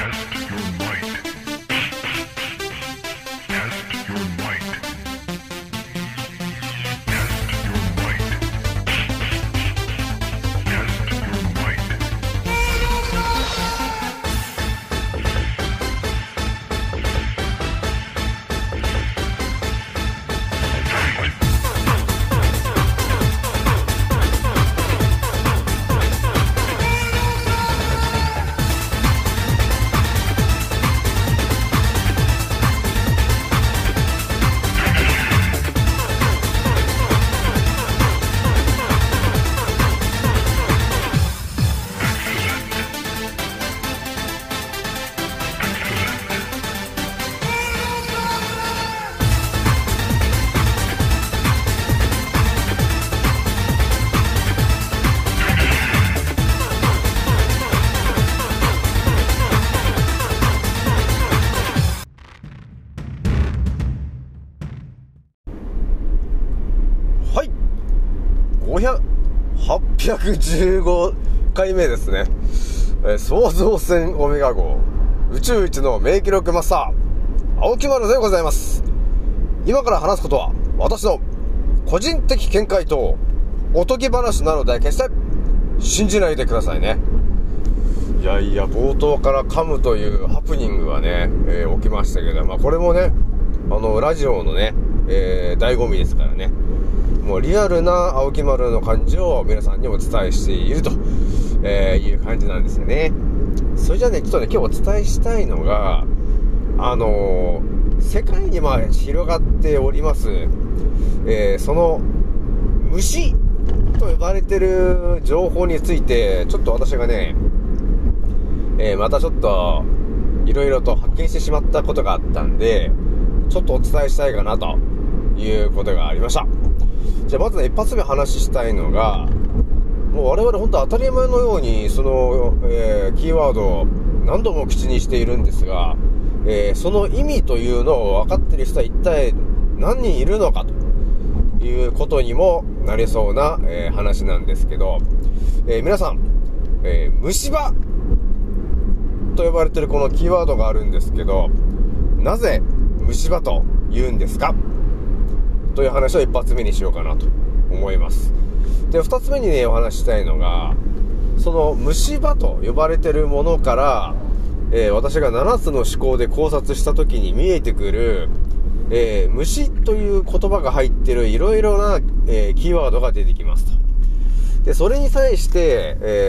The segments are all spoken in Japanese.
815回目ですね。創造船オメガ号宇宙一の名記録マスター青木丸でございます。今から話すことは私の個人的見解とおとぎ話なので決して信じないでくださいね。いや冒頭から噛むというハプニングがね、起きましたけど、これもねラジオのね、醍醐味ですからね。もうリアルな青木丸の感じを皆さんにお伝えしていると、いう感じなんですよね。それじゃあね、ちょっとね今日お伝えしたいのが世界に広がっております、その虫と呼ばれてる情報についてちょっと私がね、またちょっといろいろと発見してしまったことがあったんで、ちょっとお伝えしたいかなということがありました。じゃあまずね、一発目話したいのが、もう我々本当当たり前のようにその、キーワードを何度も口にしているんですが、その意味というのを分かっている人は一体何人いるのかということにもなりそうな、話なんですけど、皆さん、虫歯と呼ばれているこのキーワードがあるんですけど、なぜ虫歯と言うんですかという話を一発目にしようかなと思います。で、二つ目にねお話ししたいのが、その虫歯と呼ばれているものから、私が7つの思考で考察した時に見えてくる、虫という言葉が入っているいろいろな、キーワードが出てきますと。で、それに対して、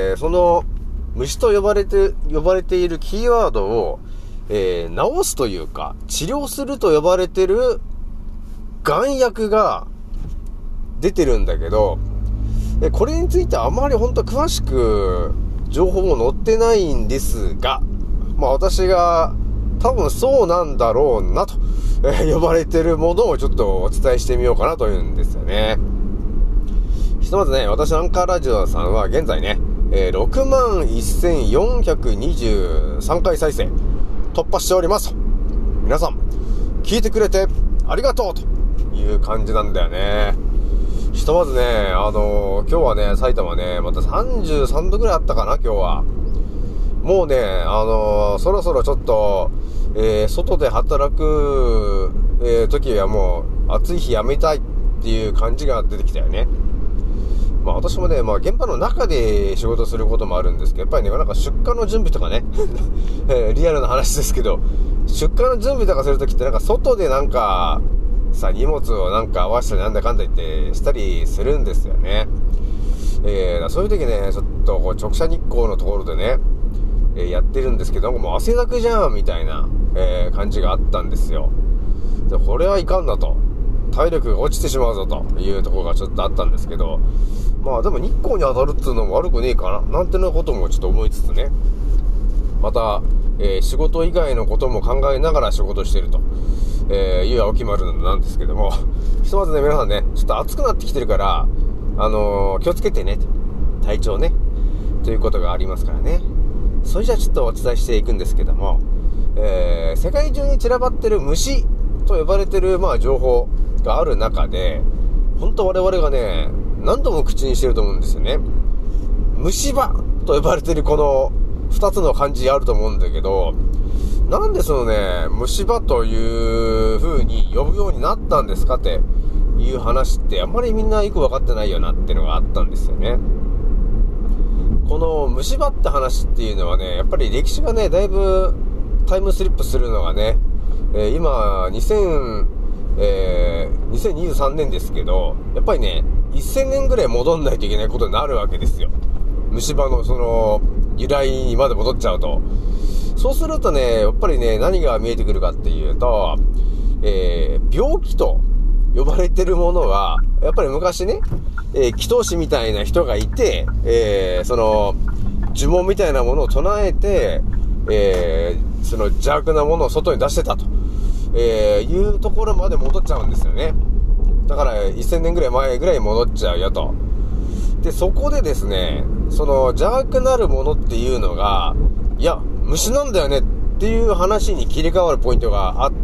その虫と呼ばれているキーワードを、治すというか治療すると呼ばれている眼薬が出てるんだけど、これについてあまり本当詳しく情報も載ってないんですが、私が多分そうなんだろうなと、呼ばれてるものをちょっとお伝えしてみようかなというんですよね。ひとまずね、私アンカーラジオさんは現在ね、61,423 回再生突破しております。皆さん聞いてくれてありがとうという感じなんだよね。ひとまずね、今日はね、埼玉ね、また33度ぐらいあったかな、今日は。もうね、そろそろちょっと、外で働く、時はもう、暑い日やめたいっていう感じが出てきたよね。私もね、現場の中で仕事することもあるんですけど、やっぱりね、なんか出荷の準備とかね、リアルな話ですけど、出荷の準備とかするときってなんか外でなんか、荷物をなんか合わせたりなんだかんだ言ってしたりするんですよね。そういう時ね、ちょっとこう直射日光のところでね、やってるんですけど、もう汗だくじゃんみたいな、感じがあったんですよ。で、これはいかんなと。体力が落ちてしまうぞというところがちょっとあったんですけど、でも日光に当たるっていうのも悪くねえかななんてなこともちょっと思いつつね、また、仕事以外のことも考えながら仕事していると、いう青木丸なんですけども、ひとまずね、皆さんね、ちょっと暑くなってきてるから、気をつけてね、体調ね、ということがありますからね。それじゃあちょっとお伝えしていくんですけども、世界中に散らばってる虫と呼ばれてる情報がある中で、本当我々がね、何度も口にしてると思うんですよね。虫歯と呼ばれてるこの二つの漢字あると思うんだけど、なんでそのね、虫歯という風に呼ぶようになったんですかっていう話ってあんまりみんなよく分かってないよなっていうのがあったんですよね。この虫歯って話っていうのはね、やっぱり歴史がね、だいぶタイムスリップするのがね、今2023年ですけど、やっぱりね、1000年ぐらい戻んないといけないことになるわけですよ。虫歯のその由来にまで戻っちゃうと。そうするとね、やっぱりね、何が見えてくるかっていうと、病気と呼ばれてるものは、やっぱり昔ね、祈祷師みたいな人がいて、その呪文みたいなものを唱えて、その邪悪なものを外に出してたと、いうところまで戻っちゃうんですよね。だから1000年ぐらい前ぐらい戻っちゃうよと。で、そこでですね、その邪悪なるものっていうのが、いや、虫なんだよねっていう話に切り替わるポイントがあって、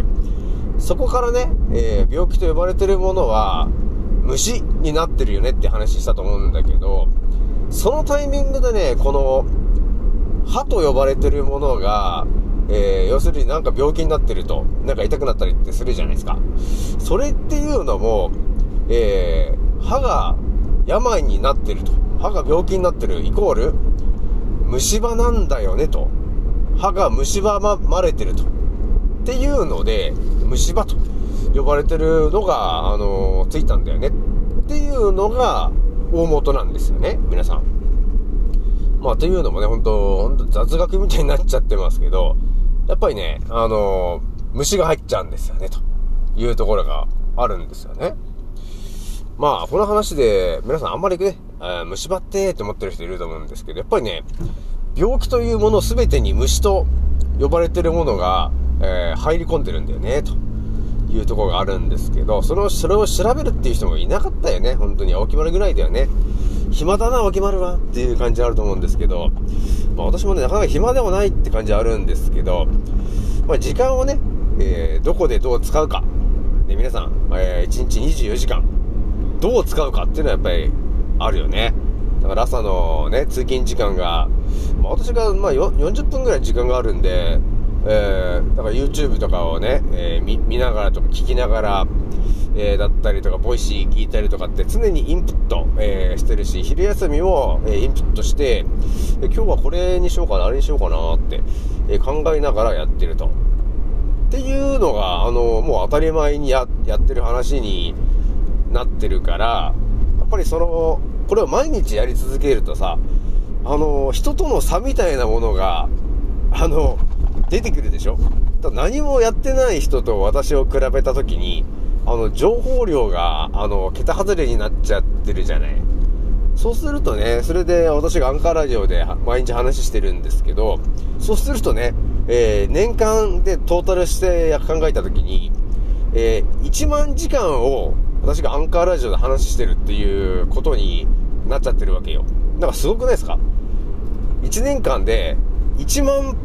そこからね、病気と呼ばれてるものは虫になってるよねって話したと思うんだけど、そのタイミングでね、この歯と呼ばれてるものが、要するになんか病気になってると、なんか痛くなったりってするじゃないですか。それっていうのも、歯が病になってると、歯が病気になってるイコール虫歯なんだよねと、歯が虫歯まれてるとっていうので、虫歯と呼ばれてるのがついたんだよねっていうのが大元なんですよね、皆さん。まあというのもね、本当雑学みたいになっちゃってますけど、やっぱりね、虫が入っちゃうんですよねというところがあるんですよね。まあこの話で皆さんあんまりね、虫歯ってって思ってる人いると思うんですけど、やっぱりね、病気というもの全てに虫と呼ばれてるものが、入り込んでるんだよねというところがあるんですけど、それを調べるっていう人もいなかったよね。本当に青木丸ぐらいだよね。暇だな青木丸はっていう感じあると思うんですけど、まあ私もね、なかなか暇でもないって感じあるんですけど、まあ時間をね、どこでどう使うか、ね、皆さん、1日24時間どう使うかっていうのはやっぱりあるよね。だから朝のね、通勤時間が、まあ、私がまあ40分ぐらい時間があるんで、だから YouTube とかをね、見ながらとか聞きながら、だったりとかボイシー聞いたりとかって常にインプット、してるし、昼休みも、インプットして、今日はこれにしようかなあれにしようかなって、考えながらやってるとっていうのがもう当たり前にやってる話になってるから、やっぱりこれを毎日やり続けるとさ、人との差みたいなものが出てくるでしょ。だから何もやってない人と私を比べたときに情報量が桁外れになっちゃってるじゃない。そうするとね、それで私がアンカーラジオで毎日話してるんですけど、そうするとね、年間でトータルして考えたときに、1万時間を私がアンカーラジオで話してるっていうことになっちゃってるわけよ。だからすごくないですか。1年間で1万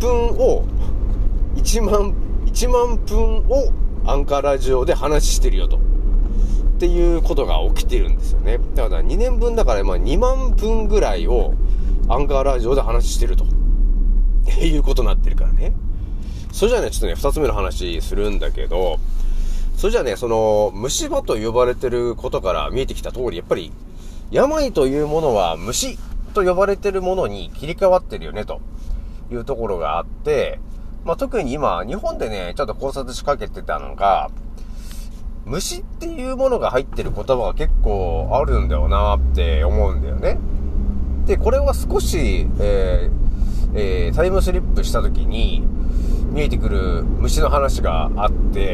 分をアンカーラジオで話してるよとっていうことが起きてるんですよね。だから2年分だから、まあ2万分ぐらいをアンカーラジオで話してるということになってるからね。それじゃあね、ちょっとね、2つ目の話するんだけど、それじゃあね、その虫歯と呼ばれてることから見えてきた通り、やっぱり病というものは虫と呼ばれてるものに切り替わってるよねというところがあって、まあ、特に今日本でねちょっと考察しかけてたのが、虫っていうものが入ってる言葉が結構あるんだよなって思うんだよね。でこれは少し、タイムスリップした時に見えてくる虫の話があって、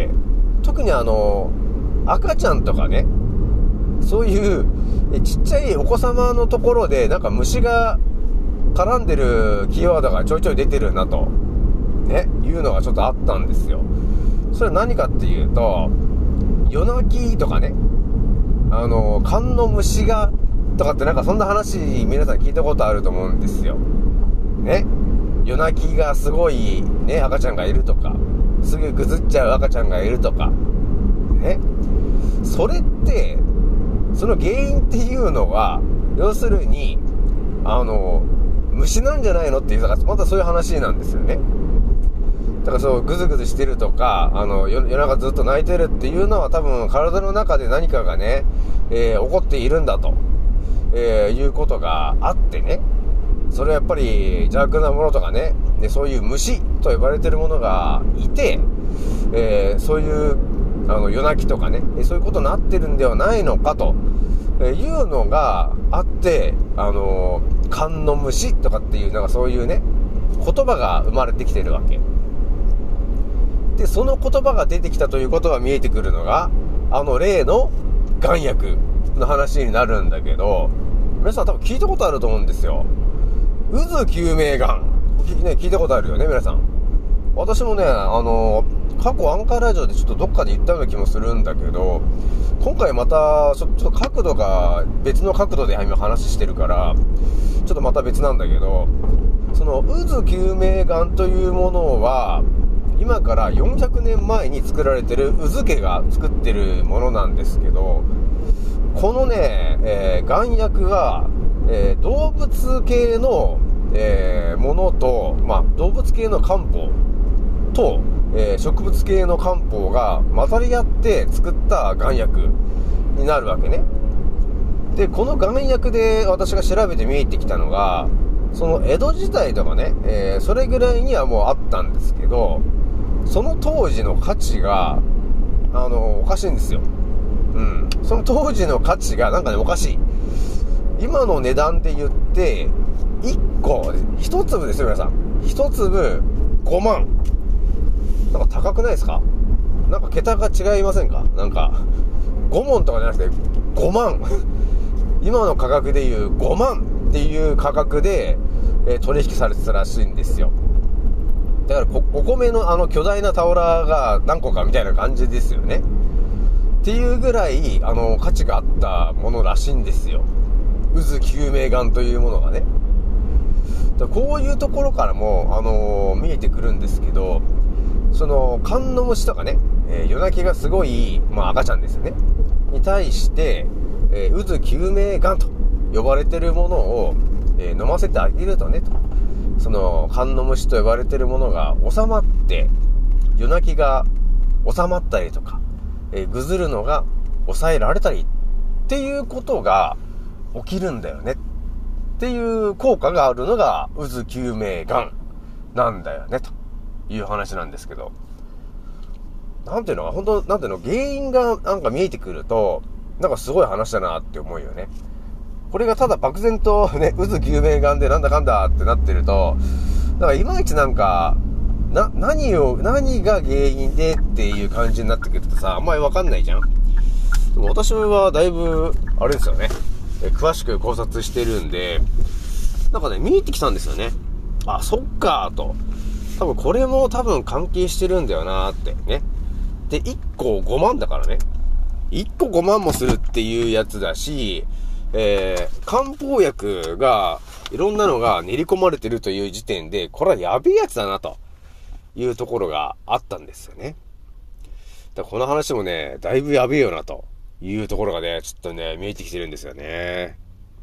特に赤ちゃんとかね、そういうちっちゃいお子様のところでなんか虫が絡んでるキーワードがちょいちょい出てるなとね、いうのがちょっとあったんですよ。それは何かっていうと、夜泣きとかね、蚊の虫がとかってなんかそんな話皆さん聞いたことあると思うんですよね。夜泣きがすごいね赤ちゃんがいるとか、すぐぐずっちゃう赤ちゃんがいるとかね。それってその原因っていうのは要するに虫なんじゃないのっていう、またそういう話なんですよね。だからそうぐずぐずしてるとか、夜中ずっと泣いてるっていうのは多分体の中で何かがね、起こっているんだと、いうことがあってね、それはやっぱり邪悪なものとかね、そういう虫と呼ばれてるものがいて、そういう夜泣きとかね、そういうことになってるんではないのかというのがあって、寒の虫とかっていう、なんかそういうね、言葉が生まれてきてるわけで、その言葉が出てきたということが見えてくるのが例の丸薬の話になるんだけど、皆さん多分聞いたことあると思うんですよ。渦救命丸、聞いたことあるよね皆さん。私もね過去アンカーラジオでちょっとどっかで言ったような気もするんだけど、今回またちょっと角度が別の角度で今話してるからちょっとまた別なんだけど、その渦救命丸というものは今から400年前に作られてる渦家が作ってるものなんですけど、このね、丸薬は、動物系の、ものと、動物系の漢方と、植物系の漢方が混ざり合って作った丸薬になるわけね。で、この丸薬で私が調べて見えてきたのが、その江戸時代とかね、それぐらいにはもうあったんですけど、その当時の価値がおかしいんですよ。その当時の価値がなんかねおかしい。今の値段で言って1粒ですよ皆さん。1粒5万。なんか高くないですか？なんか桁が違いませんか？なんか5問とかじゃなくて5万今の価格でいう5万っていう価格で、取引されてたらしいんですよ。だからお米の巨大な俵が何個かみたいな感じですよねっていうぐらい価値があったものらしいんですよ、渦救命丸というものがね。だからこういうところからも、見えてくるんですけど、その寒の虫とかね、夜泣きがすごい、赤ちゃんですよねに対して、渦救命丸と呼ばれてるものを、飲ませてあげるとねと、その寒の虫と呼ばれてるものが収まって夜泣きが収まったりとか、ぐずるのが抑えられたりっていうことが起きるんだよねっていう効果があるのが渦救命丸なんだよねという話なんですけど、なんていうの本当なんていうの、原因がなんか見えてくるとなんかすごい話だなって思うよね。これがただ漠然とね渦救命丸でなんだかんだってなってると、だからいまいちなんか何が原因でっていう感じになってくるとさ、あんまりわかんないじゃん。でも私はだいぶあれですよね、詳しく考察してるんで、なんかね見えてきたんですよね。あ、そっかーと、多分これも関係してるんだよなーってね。で1個5万だからね、1個5万もするっていうやつだし、漢方薬がいろんなのが練り込まれてるという時点でこれはやべえやつだなというところがあったんですよね。だからこの話もねだいぶやべえよなというところがねちょっとね見えてきてるんですよね。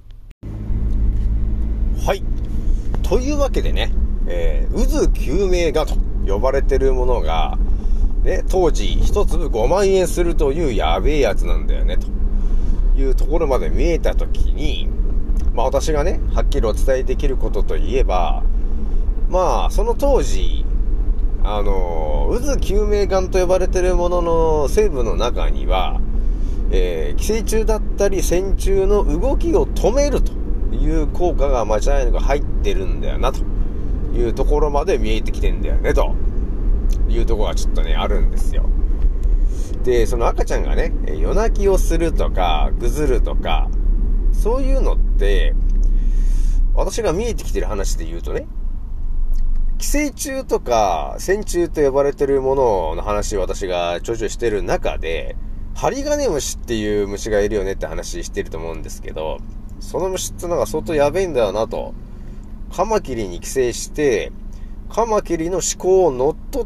はい、というわけでね、渦救命丸と呼ばれてるものがね、当時一粒5万円するというやべえやつなんだよねというところまで見えたときに、私がねはっきりお伝えできることといえば、その当時渦救命丸と呼ばれているものの成分の中には、寄生虫だったり線虫の動きを止めるという効果が間違いなく入ってるんだよなというところまで見えてきてんだよねというところがちょっとねあるんですよ。でその赤ちゃんがね夜泣きをするとかぐずるとかそういうのって私が見えてきてる話で言うとね、寄生虫とか線虫と呼ばれてるものの話を私がちょいちょいしてる中で、ハリガネムシっていう虫がいるよねって話してると思うんですけど、その虫ってのが相当やべえんだよなと。カマキリに寄生してカマキリの思考を乗っ取って、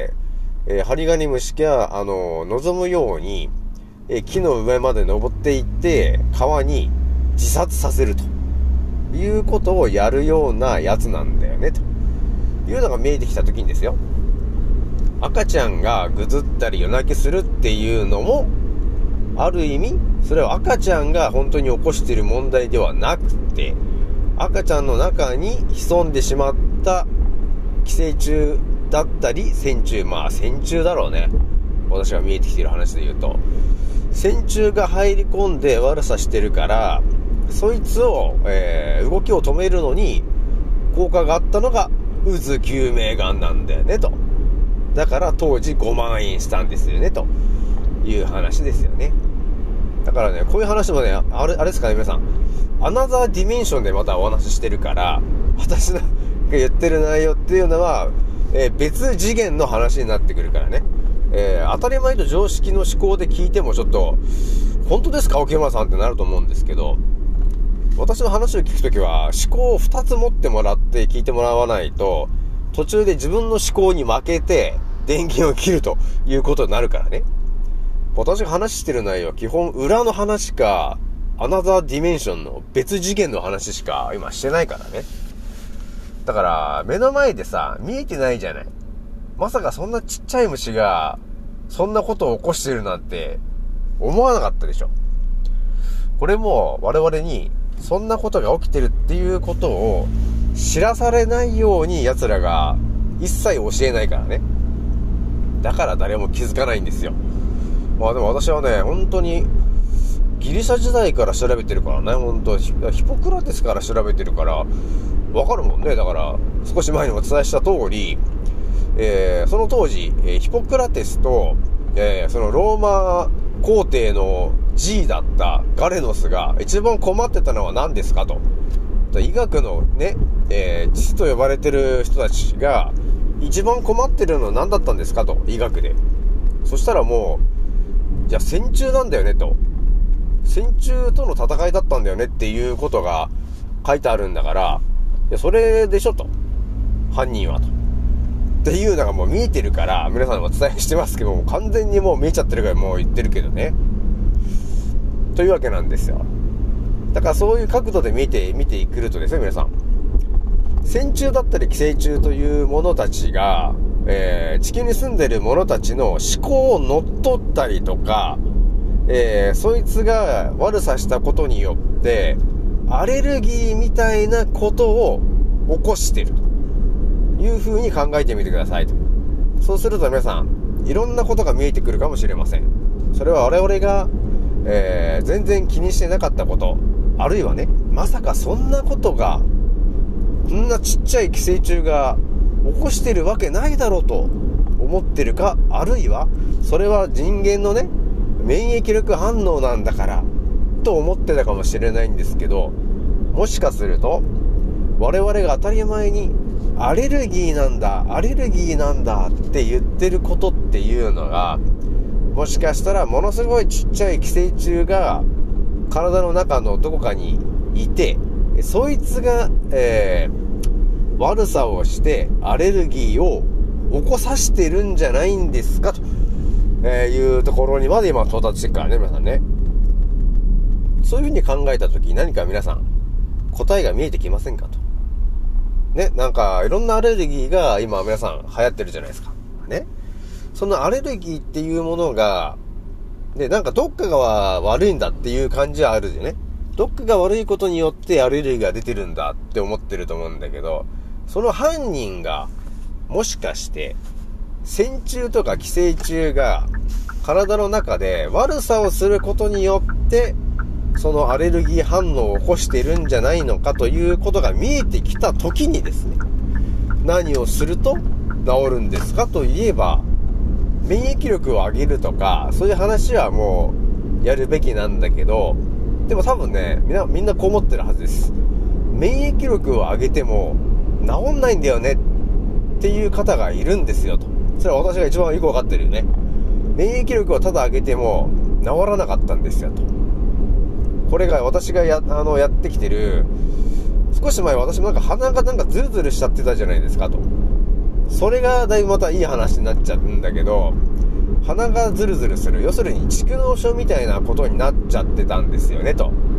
ハリガネムシが望むように、木の上まで登っていって川に自殺させるということをやるようなやつなんだよねというのが見えてきた時にですよ、赤ちゃんがぐずったり夜泣きするっていうのもある意味それは赤ちゃんが本当に起こしている問題ではなくて、赤ちゃんの中に潜んでしまった寄生虫だったり線虫、線虫だろうね、私が見えてきている話で言うと線虫が入り込んで悪さしてるから、そいつを、動きを止めるのに効果があったのが渦救命丸なんだよねと。だから当時5万円したんですよねという話ですよね。だからね、こういう話もね、あれですかね、皆さんアナザーディメンションでまたお話ししてるから、私が言ってる内容っていうのは、別次元の話になってくるからね、当たり前と常識の思考で聞いてもちょっと本当ですか沖山さんってなると思うんですけど、私の話を聞くときは思考を2つ持ってもらって聞いてもらわないと、途中で自分の思考に負けて電源を切るということになるからね。私が話してる内容は基本裏の話かアナザーディメンションの別次元の話しか今してないからね。だから目の前でさ見えてないじゃない。まさかそんなちっちゃい虫がそんなことを起こしてるなんて思わなかったでしょ。これも我々にそんなことが起きてるっていうことを知らされないように奴らが一切教えないからね。だから誰も気づかないんですよ。でも私はね、本当にギリシャ時代から調べてるからね、本当ヒポクラテスから調べてるからわかるもんね。だから少し前にお伝えした通り、その当時、ヒポクラテスと、そのローマ皇帝の G だったガレノスが一番困ってたのは何ですかと。医学のね、父と呼ばれてる人たちが一番困ってるのは何だったんですかと、医学で。そしたらもう、じゃあ線虫なんだよねと。線虫との戦いだったんだよねっていうことが書いてあるんだから、いやそれでしょと。犯人はと。っていうのがもう見えてるから、皆さんもお伝えしてますけども、完全にもう見えちゃってるからもう言ってるけどね。というわけなんですよ。だからそういう角度で見てくるとですね、皆さん。線虫だったり寄生虫というものたちが、地球に住んでる者たちの思考を乗っ取ったりとか、そいつが悪さしたことによってアレルギーみたいなことを起こしてるという風に考えてみてくださいと。そうすると皆さんいろんなことが見えてくるかもしれません。それは我々が、全然気にしてなかったこと、あるいはね、まさかそんなことがこんなちっちゃい寄生虫が起こしてるわけないだろうと思ってるか、あるいはそれは人間のね免疫力反応なんだからと思ってたかもしれないんですけど、もしかすると我々が当たり前にアレルギーなんだって言ってることっていうのが、もしかしたらものすごいちっちゃい寄生虫が体の中のどこかにいて、そいつが、悪さをしてアレルギーを起こさせてるんじゃないんですかと、いうところにまで今到達してるからね、皆さんね。そういう風に考えたとき、何か皆さん答えが見えてきませんかとね。なんかいろんなアレルギーが今皆さん流行ってるじゃないですかね。そのアレルギーっていうものがね、なんかどっかが悪いんだっていう感じはあるよね。どっかが悪いことによってアレルギーが出てるんだって思ってると思うんだけど、その犯人がもしかして線虫とか寄生虫が体の中で悪さをすることによってそのアレルギー反応を起こしているんじゃないのかということが見えてきた時にですね、何をすると治るんですかといえば、免疫力を上げるとかそういう話はもうやるべきなんだけど、でも多分ね、みんなこう思ってるはずです。免疫力を上げても治んないんだよねっていう方がいるんですよと。それは私が一番よくわかってるよね。免疫力をただ上げても治らなかったんですよと。これが私がやってきてる、少し前私も鼻がズルズルしちゃってたじゃないですかと。それがだいぶまたいい話になっちゃうんだけど、鼻がズルズルする、要するに蓄膿症みたいなことになっちゃってたんですよねと。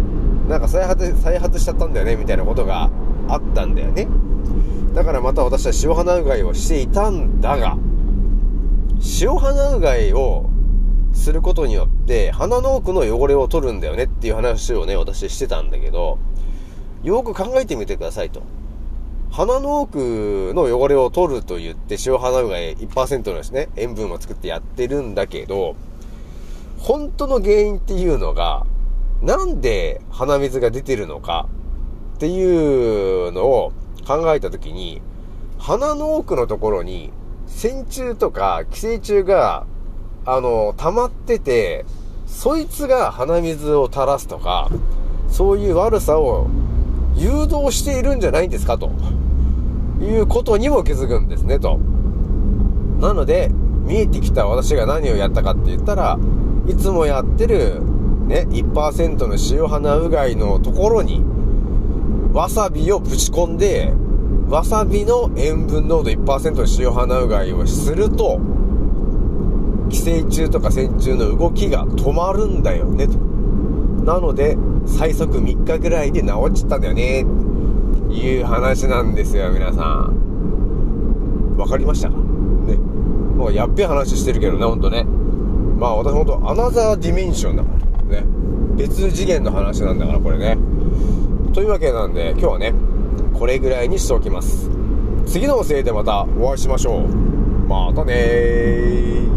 なんか再発しちゃったんだよねみたいなことがあったんだよね。だからまた私は塩鼻うがいをしていたんだが、塩鼻うがいをすることによって鼻の奥の汚れを取るんだよねっていう話をね、私してたんだけど、よく考えてみてくださいと。鼻の奥の汚れを取ると言って塩鼻うがい 1% のですね、塩分を作ってやってるんだけど、本当の原因っていうのが、なんで鼻水が出てるのかっていうのを考えたときに、鼻の奥のところに線虫とか寄生虫が溜まってて、そいつが鼻水を垂らすとか、そういう悪さを誘導しているんじゃないんですかということにも気づくんですねと。なので見えてきた私が何をやったかって言ったら、いつもやってるね 1% の塩鼻うがいのところにわさびをぶち込んで、わさびの塩分濃度 1% の塩鼻うがいをすると、寄生虫とか線虫の動きが止まるんだよねと。なので最速3日ぐらいで治っちゃったんだよねいう話なんですよ。皆さんわかりましたかね。もうやっべえ話してるけどね、ほんとね。まあ私ほんとアナザーディメンションだからね、別次元の話なんだからこれね。というわけなんで今日はねこれぐらいにしておきます。次のせいでまたお会いしましょう。またねー。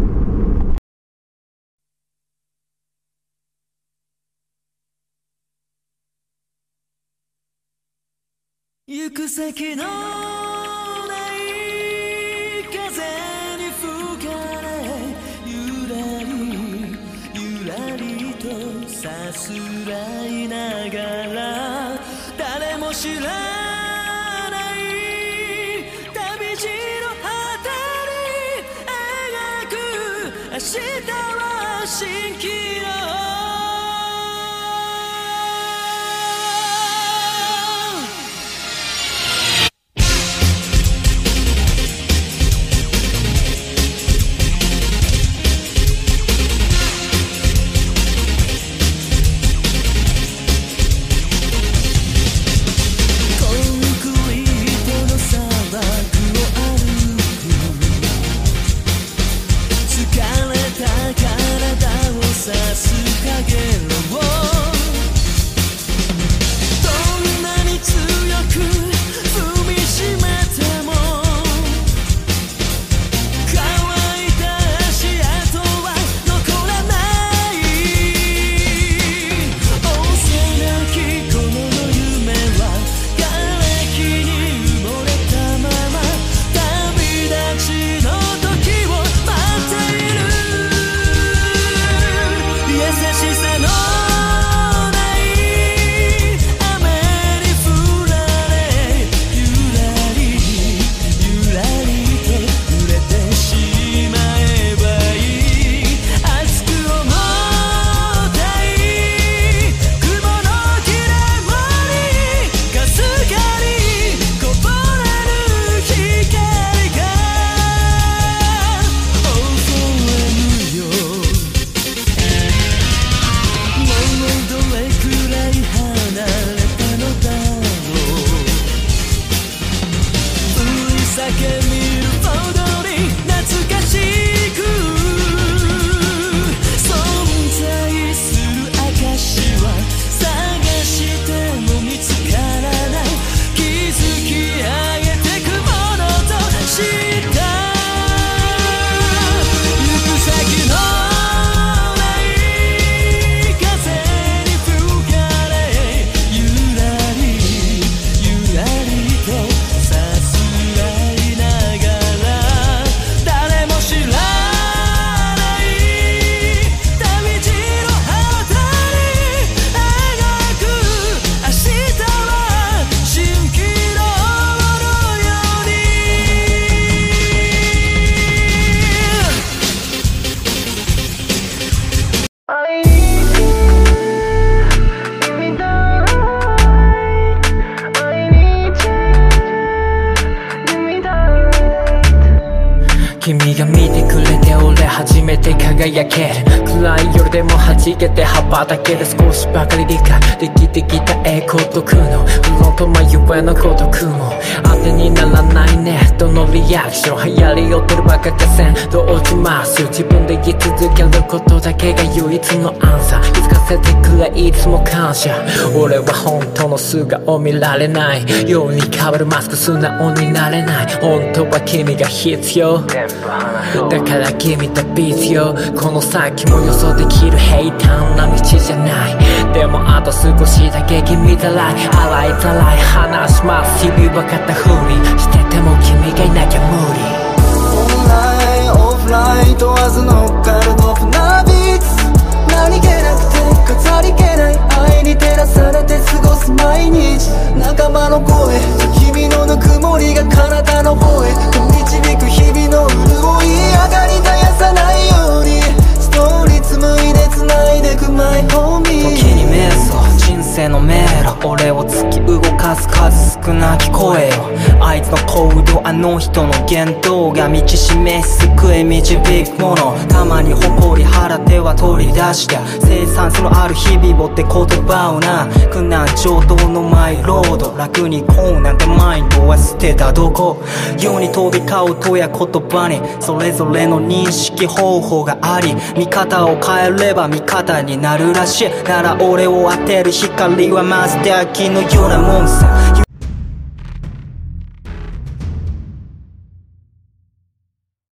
行く先のない風に吹かれ、ゆらりゆらりとさすらいながら、誰も知らない旅路の果てに描く明日は蜃気楼。体をさ輝ける暗い夜でも弾けて羽ばたける少しばかり理解できてきた孤独のフロント眉毛の孤独も当てにならないねどのリアクション流行り寄ってるバカがせんどう落ちます自分で言い続けることだけが唯一のアンサー気づかせてくれいつも感謝俺は本当の素顔見られないように変わるマスク素直になれない本当は君が必要だから君と必要この先も予想できる平坦な道じゃないでもあと少しだけ君たらい洗いざらい話します日々は肩振りしてても君がいなきゃ無理オンラインオフライン問わず乗っかるトップなビーツ何気なくて飾り気ない愛に照らされて過ごす毎日仲間の声君のぬくもりが体の方へ導く日々の潤い上がり絶やさないようにストーリー紡いで繋いでくマイホーミー時に瞑想人生の迷路俺を突き動かす数少なき声よあいつの行動あの人の言動が道示し救い導くものたまに誇り腹手は取り出して生産性のある日々をって言葉をな苦難上等のマイロード楽にこうなんてマインドは捨てたどこ世に飛び交うとや言葉にそれぞれの認識方法があり見方を変えれば味方になるらしいなら俺を当てる光はまずで秋のようなもんさ